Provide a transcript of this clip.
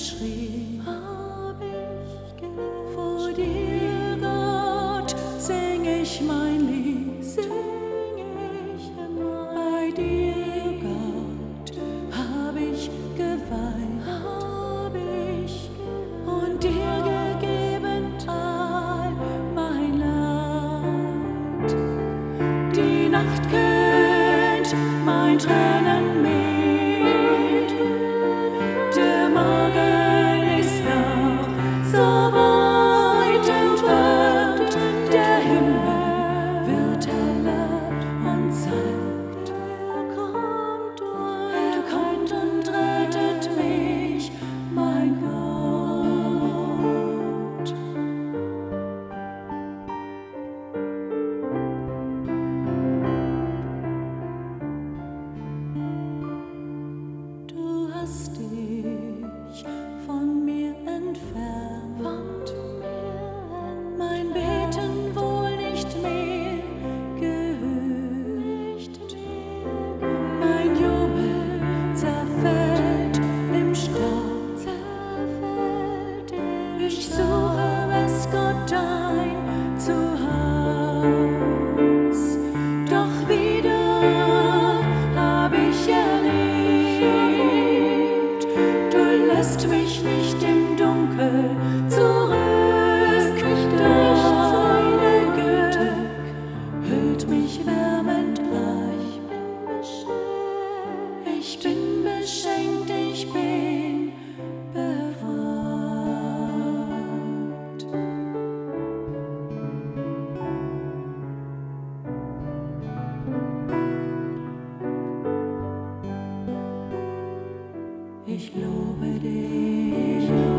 geschrien, vor dir, Gott, sing ich mein Lied, bei dir, Gott, hab ich geweint, und dir gegeben all mein Leid. Die Nacht kennt mein Tränenmeer, der Morgen ist noch so weit entfernt, der Himmel wird heller und zeigt, er kommt und rettet mich, mein Gott. Du hast dich von mir entfernt, mein Beten wohl nicht mehr gehört, mein Jubel zerfällt im Staub, ich suche es, Gott, dein Zuhaus, doch wieder hab ich erlebt, du lässt mich nicht im Dunkel zurück, deine Güte hüllt mich wärmend ein. Ich bin beschenkt, ich bin bewahrt. Ich lobe dich.